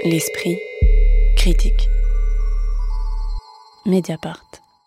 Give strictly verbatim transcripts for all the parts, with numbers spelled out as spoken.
L'esprit critique. Mediapart.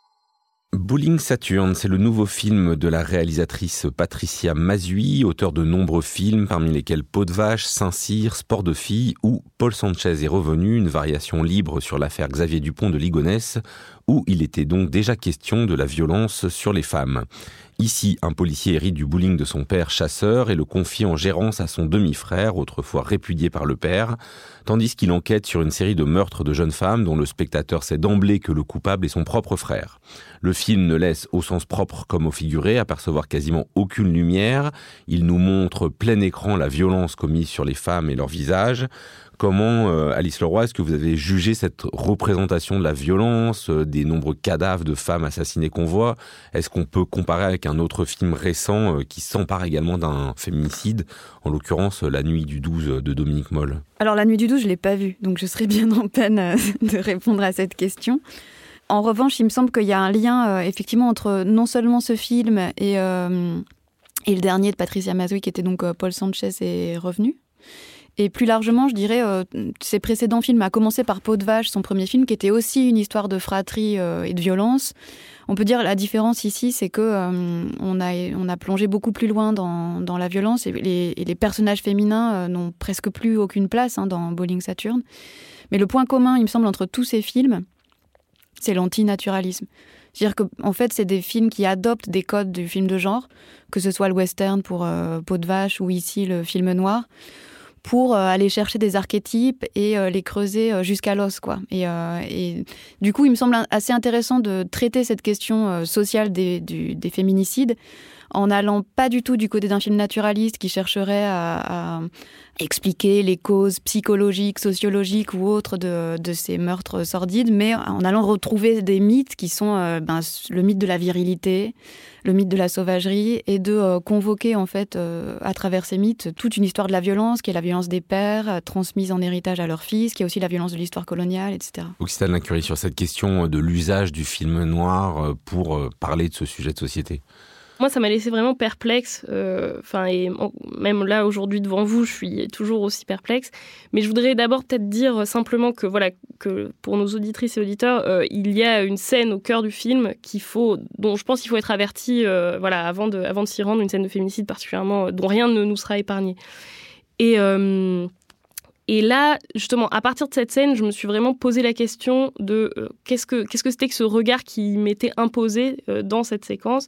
Bowling Saturn, c'est le nouveau film de la réalisatrice Patricia Mazui, auteure de nombreux films, parmi lesquels Peau de vache, Saint-Cyr, Sport de filles, où Paul Sanchez est revenu, une variation libre sur l'affaire Xavier Dupont de Ligonnès, où il était donc déjà question de la violence sur les femmes. Ici, un policier hérite du bowling de son père chasseur et le confie en gérance à son demi-frère, autrefois répudié par le père, tandis qu'il enquête sur une série de meurtres de jeunes femmes dont le spectateur sait d'emblée que le coupable est son propre frère. Le film ne laisse, au sens propre comme au figuré, apercevoir quasiment aucune lumière. Il nous montre plein écran la violence commise sur les femmes et leur visage. Comment, euh, Alice Leroy, est-ce que vous avez jugé cette représentation de la violence, euh, des nombreux cadavres de femmes assassinées qu'on voit ? Est-ce qu'on peut comparer avec un autre film récent euh, qui s'empare également d'un féminicide, en l'occurrence La Nuit du douze de Dominique Moll ? Alors La Nuit du douze, je ne l'ai pas vue, donc je serais bien en peine euh, de répondre à cette question. En revanche, il me semble qu'il y a un lien euh, effectivement entre non seulement ce film et, euh, et le dernier de Patricia Mazui, qui était donc euh, Paul Sanchez est revenu. Et plus largement, je dirais, euh, ses précédents films, à commencer par Peau de vache, son premier film, qui était aussi une histoire de fratrie euh, et de violence. On peut dire la différence ici, c'est que euh, on a on a plongé beaucoup plus loin dans dans la violence et les, et les personnages féminins euh, n'ont presque plus aucune place hein, dans Bowling Saturn. Mais le point commun, il me semble, entre tous ces films, c'est l'antinaturalisme. C'est-à-dire qu'en fait, c'est des films qui adoptent des codes du film de genre, que ce soit le western pour euh, Peau de vache ou ici le film noir, pour euh, aller chercher des archétypes et euh, les creuser euh, jusqu'à l'os, quoi. Et, euh, et du coup, il me semble assez intéressant de traiter cette question euh, sociale des, du, des féminicides en n'allant pas du tout du côté d'un film naturaliste qui chercherait à, à expliquer les causes psychologiques, sociologiques ou autres de, de ces meurtres sordides, mais en allant retrouver des mythes qui sont euh, ben, le mythe de la virilité, le mythe de la sauvagerie, et de euh, convoquer en fait euh, à travers ces mythes toute une histoire de la violence, qui est la violence des pères, euh, transmise en héritage à leurs fils, qui est aussi la violence de l'histoire coloniale, et cetera. Occitane Lincurie, sur cette question de l'usage du film noir pour parler de ce sujet de société. Moi, ça m'a laissé vraiment perplexe. Enfin, euh, et même là, aujourd'hui, devant vous, je suis toujours aussi perplexe. Mais je voudrais d'abord peut-être dire simplement que, voilà, que pour nos auditrices et auditeurs, euh, il y a une scène au cœur du film qu'il faut, dont je pense qu'il faut être averti euh, voilà, avant de, avant de s'y rendre, une scène de féminicide particulièrement, dont rien ne nous sera épargné. Et... Euh, Et là, justement, à partir de cette scène, je me suis vraiment posé la question de euh, qu'est-ce que, qu'est-ce que c'était que ce regard qui m'était imposé euh, dans cette séquence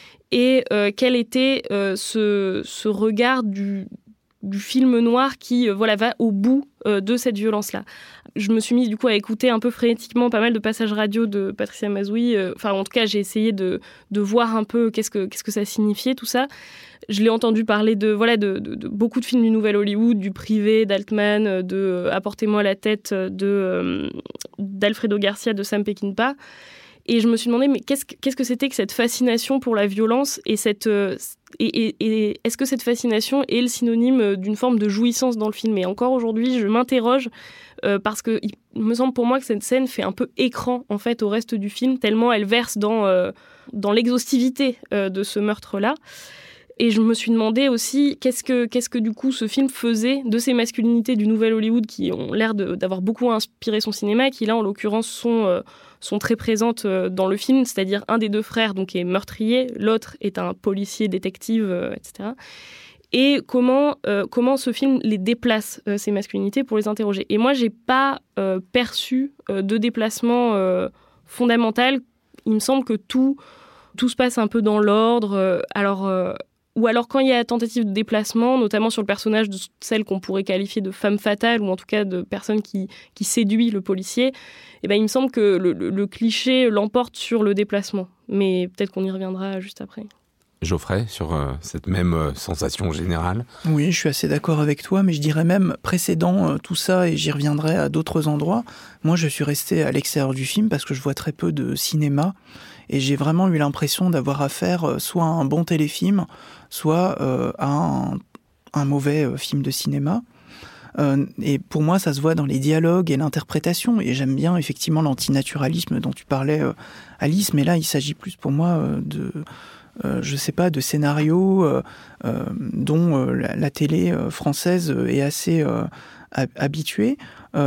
et euh, quel était euh, ce, ce regard du, du film noir qui euh, voilà, va au bout euh, de cette violence-là. Je me suis mise du coup à écouter un peu frénétiquement pas mal de passages radio de Patricia Mazui. Enfin, euh, en tout cas, j'ai essayé de, de voir un peu qu'est-ce que, qu'est-ce que ça signifiait, tout ça. Je l'ai entendu parler de, voilà, de, de, de beaucoup de films du Nouvel Hollywood, du Privé, d'Altman, de euh, Apportez-moi la tête, de, euh, d'Alfredo Garcia, de Sam Peckinpah. Et je me suis demandé, mais qu'est-ce que, qu'est-ce que c'était que cette fascination pour la violence et, cette, euh, et, et, et est-ce que cette fascination est le synonyme d'une forme de jouissance dans le film ? Et encore aujourd'hui, je m'interroge euh, parce qu'il me semble pour moi que cette scène fait un peu écran en fait, au reste du film, tellement elle verse dans, euh, dans l'exhaustivité euh, de ce meurtre-là. Et je me suis demandé aussi qu'est-ce que, qu'est-ce que du coup ce film faisait de ces masculinités du Nouvel Hollywood qui ont l'air de, d'avoir beaucoup inspiré son cinéma, qui là en l'occurrence sont, euh, sont très présentes euh, dans le film, c'est-à-dire un des deux frères donc, est meurtrier, l'autre est un policier détective, euh, et cetera. Et comment, euh, comment ce film les déplace, euh, ces masculinités, pour les interroger. Et moi, je n'ai pas euh, perçu euh, de déplacement euh, fondamental. Il me semble que tout, tout se passe un peu dans l'ordre. Euh, alors... Euh, Ou alors quand il y a tentative de déplacement, notamment sur le personnage de celle qu'on pourrait qualifier de femme fatale, ou en tout cas de personne qui, qui séduit le policier, eh ben, il me semble que le, le, le cliché l'emporte sur le déplacement. Mais peut-être qu'on y reviendra juste après. Geoffrey, sur euh, cette même euh, sensation générale ? Oui, je suis assez d'accord avec toi, mais je dirais même précédant euh, tout ça, et j'y reviendrai à d'autres endroits, moi je suis resté à l'extérieur du film parce que je vois très peu de cinéma, et j'ai vraiment eu l'impression d'avoir affaire euh, soit à un bon téléfilm, soit euh, à un, un mauvais euh, film de cinéma. Euh, et pour moi, ça se voit dans les dialogues et l'interprétation, et j'aime bien effectivement l'antinaturalisme dont tu parlais, euh, Alice, mais là il s'agit plus pour moi euh, de... Euh, je sais pas, de scénarios euh, euh, dont euh, la, la télé euh, française est assez, euh, habitué.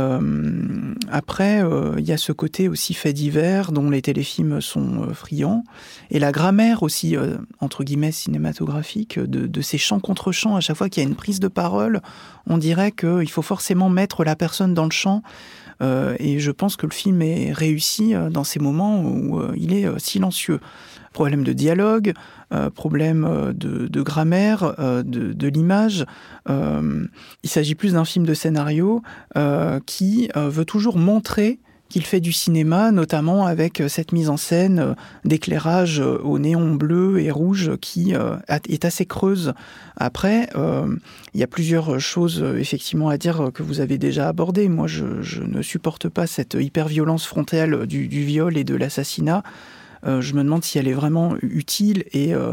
Euh, après, il euh, y a ce côté aussi fait divers dont les téléfilms sont euh, friands. Et la grammaire aussi, euh, entre guillemets, cinématographique, de, de ces chants contre chants. À chaque fois qu'il y a une prise de parole, on dirait qu'il faut forcément mettre la personne dans le chant. Euh, et je pense que le film est réussi euh, dans ces moments où euh, il est euh, silencieux. Problème de dialogue, euh, problème euh, de, de grammaire, euh, de, de l'image. Euh, il s'agit plus d'un film de scénario euh, qui euh, veut toujours montrer qu'il fait du cinéma, notamment avec cette mise en scène euh, d'éclairage euh, au néon bleu et rouge qui euh, est assez creuse. Après, euh, il y a plusieurs choses euh, effectivement à dire que vous avez déjà abordées. Moi, je, je ne supporte pas cette hyper-violence frontale du, du viol et de l'assassinat. Euh, je me demande si elle est vraiment utile et euh,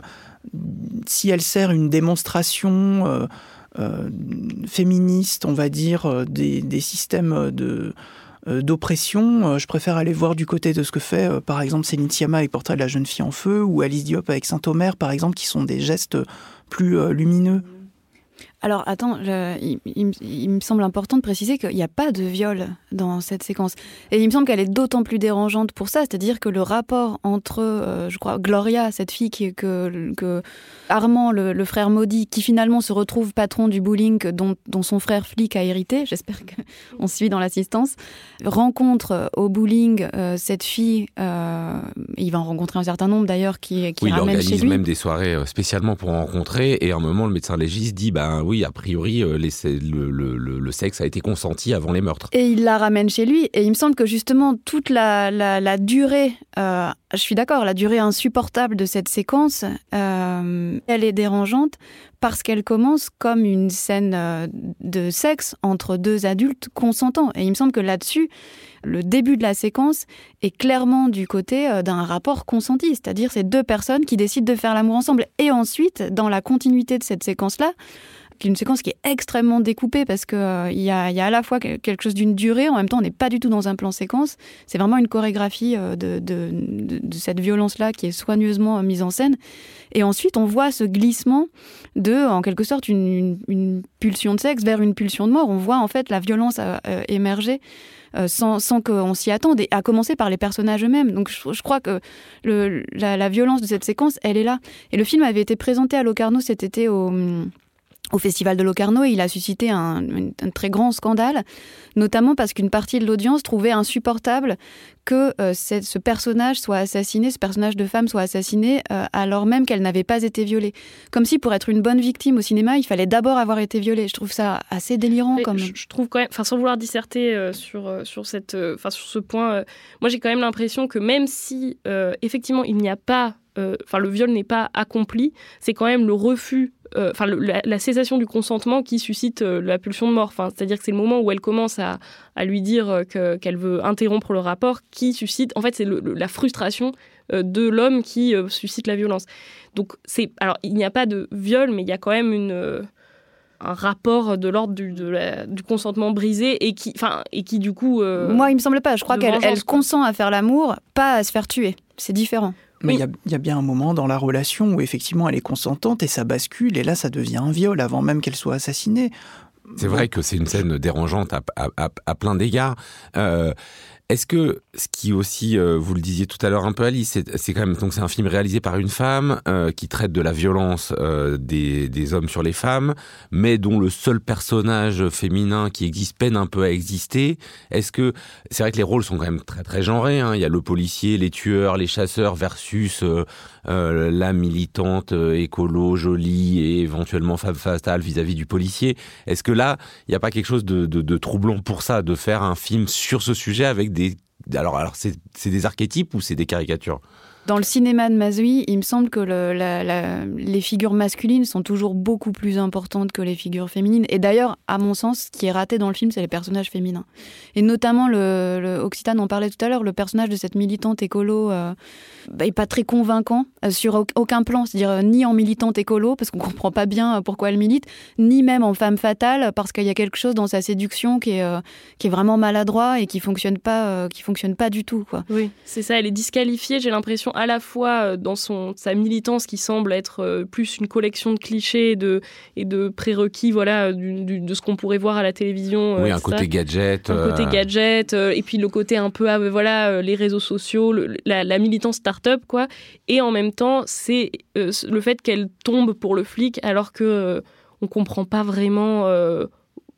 si elle sert une démonstration euh, euh, féministe, on va dire, euh, des, des systèmes de, euh, d'oppression. Euh, je préfère aller voir du côté de ce que fait, euh, par exemple, Céline Sciamma avec Portrait de la jeune fille en feu, ou Alice Diop avec Saint-Omer, par exemple, qui sont des gestes plus euh, lumineux. Alors, attends, je, il, il, il me semble important de préciser qu'il n'y a pas de viol dans cette séquence. Et il me semble qu'elle est d'autant plus dérangeante pour ça, c'est-à-dire que le rapport entre, euh, je crois, Gloria, cette fille qui, que, que Armand, le, le frère maudit, qui finalement se retrouve patron du bowling dont, dont son frère flic a hérité, j'espère qu'on suit dans l'assistance, rencontre au bowling euh, cette fille, euh, il va en rencontrer un certain nombre d'ailleurs, qui, qui oui, ramène chez lui. Il organise même des soirées spécialement pour en rencontrer, et à un moment, le médecin légiste dit, ben oui, a priori, les, le, le, le sexe a été consenti avant les meurtres. Et il la ramène chez lui, et il me semble que justement, toute la, la, la durée, euh, je suis d'accord, la durée insupportable de cette séquence, euh, elle est dérangeante parce qu'elle commence comme une scène euh, de sexe entre deux adultes consentants. Et il me semble que là-dessus, le début de la séquence est clairement du côté euh, d'un rapport consenti, c'est-à-dire ces deux personnes qui décident de faire l'amour ensemble. Et ensuite, dans la continuité de cette séquence-là, qui est une séquence qui est extrêmement découpée parce qu'il euh, y, a, y a à la fois quelque chose d'une durée, en même temps on n'est pas du tout dans un plan séquence, c'est vraiment une chorégraphie euh, de, de, de, de cette violence-là qui est soigneusement euh, mise en scène. Et ensuite on voit ce glissement de, en quelque sorte, une, une, une pulsion de sexe vers une pulsion de mort. On voit en fait la violence euh, euh, émerger euh, sans, sans qu'on s'y attende, et à commencer par les personnages eux-mêmes. Donc je, je crois que le, la, la violence de cette séquence, elle est là. Et le film avait été présenté à Locarno cet été au... au Festival de Locarno, et il a suscité un, un, un très grand scandale, notamment parce qu'une partie de l'audience trouvait insupportable que euh, cette, ce personnage soit assassiné, ce personnage de femme soit assassiné, euh, alors même qu'elle n'avait pas été violée. Comme si pour être une bonne victime au cinéma, il fallait d'abord avoir été violée. Je trouve ça assez délirant. Comme... Je, je trouve quand même, enfin sans vouloir disserter euh, sur, euh, sur, cette, euh, sur ce point, euh, moi j'ai quand même l'impression que même si euh, effectivement il n'y a pas, enfin euh, le viol n'est pas accompli, c'est quand même le refus, enfin euh, la, la cessation du consentement qui suscite euh, la pulsion de mort. Enfin, c'est-à-dire que c'est le moment où elle commence à, à lui dire que, qu'elle veut interrompre le rapport qui suscite, en fait c'est le, le, la frustration euh, de l'homme qui euh, suscite la violence. Donc c'est, alors il n'y a pas de viol, mais il y a quand même une... Euh, un rapport de l'ordre du, de la, du consentement brisé et qui, enfin, et qui du coup... Euh, Moi, il me semble pas. Je crois qu'elle vengeance, elle consent à faire l'amour, pas à se faire tuer. C'est différent. Mais il oui. y, y a bien un moment dans la relation où effectivement elle est consentante et ça bascule, et là ça devient un viol avant même qu'elle soit assassinée. C'est vrai que c'est une scène dérangeante à, à, à, à plein d'égards. Euh, Est-ce que ce qui aussi, euh, vous le disiez tout à l'heure un peu Alice, c'est, c'est quand même donc c'est un film réalisé par une femme euh, qui traite de la violence euh, des, des hommes sur les femmes, mais dont le seul personnage féminin qui existe peine un peu à exister. Est-ce que c'est vrai que les rôles sont quand même très très genrés, hein. Il y a le policier, les tueurs, les chasseurs versus euh, euh, la militante euh, écolo jolie et éventuellement femme fatale vis-à-vis du policier. Est-ce que là il n'y a pas quelque chose de, de, de troublant pour ça, de faire un film sur ce sujet avec des Alors, alors c'est, c'est des archétypes ou c'est des caricatures ? Dans le cinéma de Mazouy, il me semble que le, la, la, les figures masculines sont toujours beaucoup plus importantes que les figures féminines. Et d'ailleurs, à mon sens, ce qui est raté dans le film, c'est les personnages féminins. Et notamment, le, le Occitane en parlait tout à l'heure, le personnage de cette militante écolo euh, bah, est pas très convaincant euh, sur aucun plan. C'est-à-dire euh, ni en militante écolo, parce qu'on comprend pas bien pourquoi elle milite, ni même en femme fatale, parce qu'il y a quelque chose dans sa séduction qui est, euh, qui est vraiment maladroit et qui fonctionne pas, euh, qui fonctionne pas du tout, quoi. Oui, c'est ça, elle est disqualifiée, j'ai l'impression. à la fois dans son, sa militance qui semble être plus une collection de clichés et de, et de prérequis voilà, du, du, de ce qu'on pourrait voir à la télévision. Oui, euh, un côté gadget. Un côté euh... gadget, euh, et puis le côté un peu, euh, voilà, les réseaux sociaux, le, la, la militance start-up, quoi. Et en même temps, c'est euh, le fait qu'elle tombe pour le flic alors qu'on euh, ne comprend pas vraiment euh,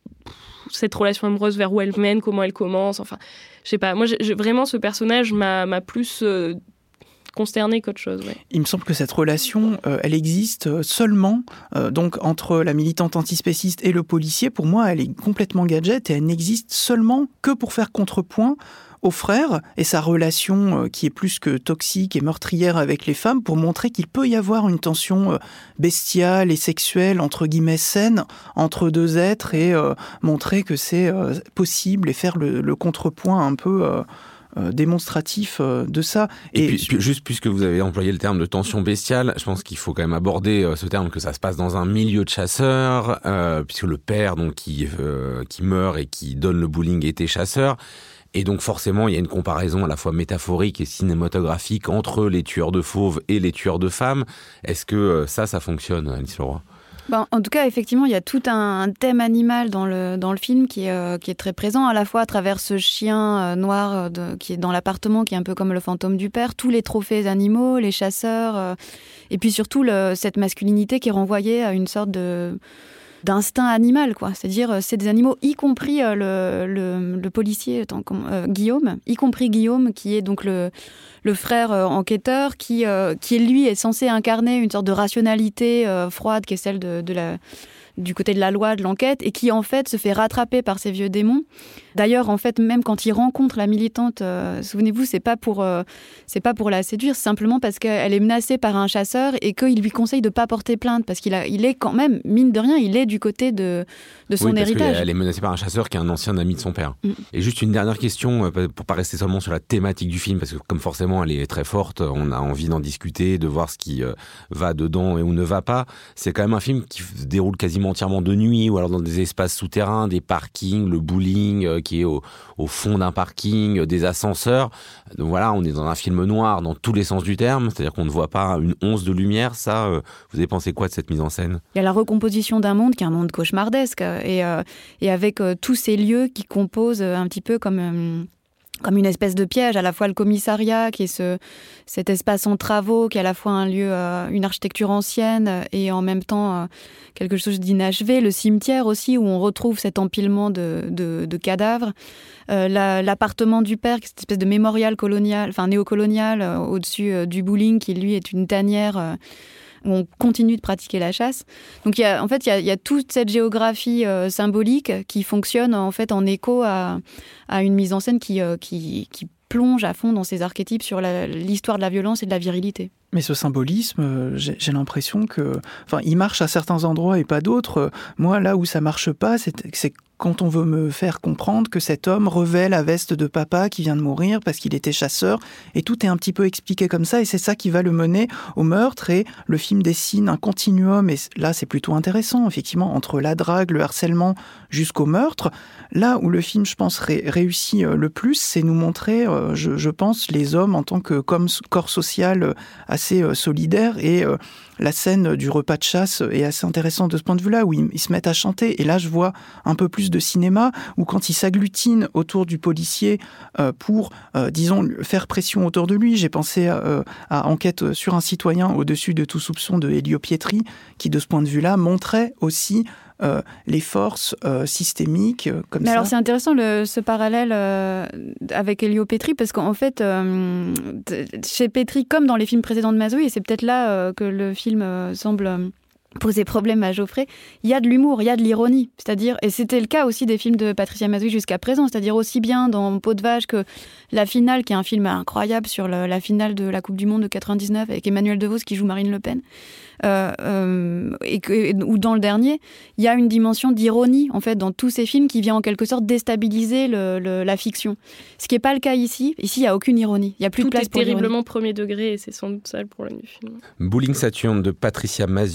cette relation amoureuse vers où elle mène, comment elle commence. Enfin, je sais pas. Moi, j'ai, vraiment, ce personnage m'a, m'a plus... Euh, consterné qu'autre chose. Ouais. Il me semble que cette relation, euh, elle existe seulement euh, donc entre la militante antispéciste et le policier. Pour moi, elle est complètement gadget et elle n'existe seulement que pour faire contrepoint au frère et sa relation euh, qui est plus que toxique et meurtrière avec les femmes, pour montrer qu'il peut y avoir une tension euh, bestiale et sexuelle, entre guillemets saine, entre deux êtres, et euh, montrer que c'est euh, possible et faire le, le contrepoint un peu... Euh, Euh, démonstratif euh, de ça. Et, et puis, puis, juste puisque vous avez employé le terme de tension bestiale, je pense qu'il faut quand même aborder euh, ce terme, que ça se passe dans un milieu de chasseurs, euh, puisque le père donc qui euh, qui meurt et qui donne le bowling était chasseur. Et donc forcément, il y a une comparaison à la fois métaphorique et cinématographique entre les tueurs de fauves et les tueurs de femmes. Est-ce que euh, ça, ça fonctionne, Alice Leroy ? Ben, en tout cas, effectivement, il y a tout un, un thème animal dans le, dans le film qui est, euh, qui est très présent, à la fois à travers ce chien euh, noir de, qui est dans l'appartement, qui est un peu comme le fantôme du père, tous les trophées animaux, les chasseurs, euh, et puis surtout le, cette masculinité qui est renvoyée à une sorte de... d'instinct animal, quoi. C'est-à-dire, c'est des animaux, y compris euh, le, le, le policier tant, euh, Guillaume, y compris Guillaume, qui est donc le, le frère euh, enquêteur, qui, euh, qui lui est censé incarner une sorte de rationalité euh, froide, qui est celle de, de la, du côté de la loi, de l'enquête, et qui en fait se fait rattraper par ses vieux démons. D'ailleurs, en fait, même quand il rencontre la militante, euh, souvenez-vous, c'est pas pour, euh, c'est pas pour la séduire, c'est simplement parce qu'elle est menacée par un chasseur et qu'il lui conseille de pas porter plainte, parce qu'il a, il est quand même, mine de rien, il est du côté de, de son oui, héritage. Elle est menacée par un chasseur qui est un ancien ami de son père. Mm. Et juste une dernière question, pour pas rester seulement sur la thématique du film, parce que comme forcément elle est très forte, on a envie d'en discuter, de voir ce qui euh, va dedans et où ne va pas. C'est quand même un film qui se déroule quasiment entièrement de nuit, ou alors dans des espaces souterrains, des parkings, le bowling euh, qui est au, au fond d'un parking, euh, des ascenseurs. Donc voilà, on est dans un film noir dans tous les sens du terme, c'est-à-dire qu'on ne voit pas une once de lumière. Ça, euh, vous avez pensé quoi de cette mise en scène ? Il y a la recomposition d'un monde qui est un monde cauchemardesque, et, euh, et avec euh, tous ces lieux qui composent euh, un petit peu comme... Euh, comme une espèce de piège, à la fois le commissariat, qui est ce, cet espace en travaux, qui est à la fois un lieu, euh, une architecture ancienne, et en même temps euh, quelque chose d'inachevé, le cimetière aussi, où on retrouve cet empilement de, de, de cadavres, euh, la, l'appartement du père, qui est cette espèce de mémorial colonial, enfin néocolonial, euh, au-dessus euh, du bowling, qui lui est une tanière... Euh, où on continue de pratiquer la chasse. Donc, il y a, en fait, il y a, il y a toute cette géographie euh, symbolique qui fonctionne en, fait, en écho à, à une mise en scène qui, euh, qui, qui plonge à fond dans ces archétypes sur la, l'histoire de la violence et de la virilité. Mais ce symbolisme, j'ai, j'ai l'impression que... Enfin, il marche à certains endroits et pas d'autres. Moi, là où ça marche pas, c'est, c'est quand on veut me faire comprendre que cet homme revêt la veste de papa qui vient de mourir parce qu'il était chasseur, et tout est un petit peu expliqué comme ça, et c'est ça qui va le mener au meurtre, et le film dessine un continuum, et là c'est plutôt intéressant, effectivement, entre la drague, le harcèlement, jusqu'au meurtre. Là où le film, je pense, ré- réussit le plus, c'est nous montrer, euh, je, je pense, les hommes en tant que comme corps social assez euh, solidaire, et euh, la scène du repas de chasse est assez intéressante de ce point de vue-là, où ils, ils se mettent à chanter, et là je vois un peu plus de cinéma, où quand ils s'agglutinent autour du policier euh, pour, euh, disons, faire pression autour de lui. J'ai pensé à, euh, à Enquête sur un citoyen au-dessus de tout soupçon de Elio Pietri, qui de ce point de vue-là montrait aussi Euh, les forces euh, systémiques euh, comme Mais ça. alors c'est intéressant le, ce parallèle euh, avec Elio Petri, parce qu'en fait euh, chez Petri, comme dans les films précédents de Mazoui, et c'est peut-être là euh, que le film euh, semble euh, poser problème à Geoffrey, il y a de l'humour, il y a de l'ironie, c'est-à-dire, et c'était le cas aussi des films de Patricia Mazoui jusqu'à présent, c'est-à-dire aussi bien dans Peau de vache que La Finale, qui est un film incroyable sur le, la finale de la Coupe du Monde de quatre-vingt-dix-neuf avec Emmanuel DeVos qui joue Marine Le Pen. Euh, euh, et que, ou dans le dernier, il y a une dimension d'ironie en fait dans tous ces films qui vient en quelque sorte déstabiliser le, le, la fiction. Ce qui n'est pas le cas ici. Ici, il n'y a aucune ironie. Il n'y a plus Tout de place est pour terriblement l'ironie. premier degré, et c'est sans doute ça le problème du film. Bowling Saturne de Patricia Mazuy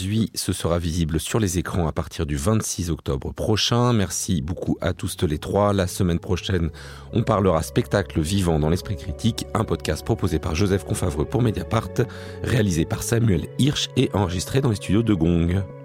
ce sera visible sur les écrans à partir du vingt-six octobre prochain. Merci beaucoup à tous les trois. La semaine prochaine, on parlera spectacle vivant dans l'esprit critique, un podcast proposé par Joseph Confavreux pour Mediapart, réalisé par Samuel Hirsch et enregistré dans les studios de Gong.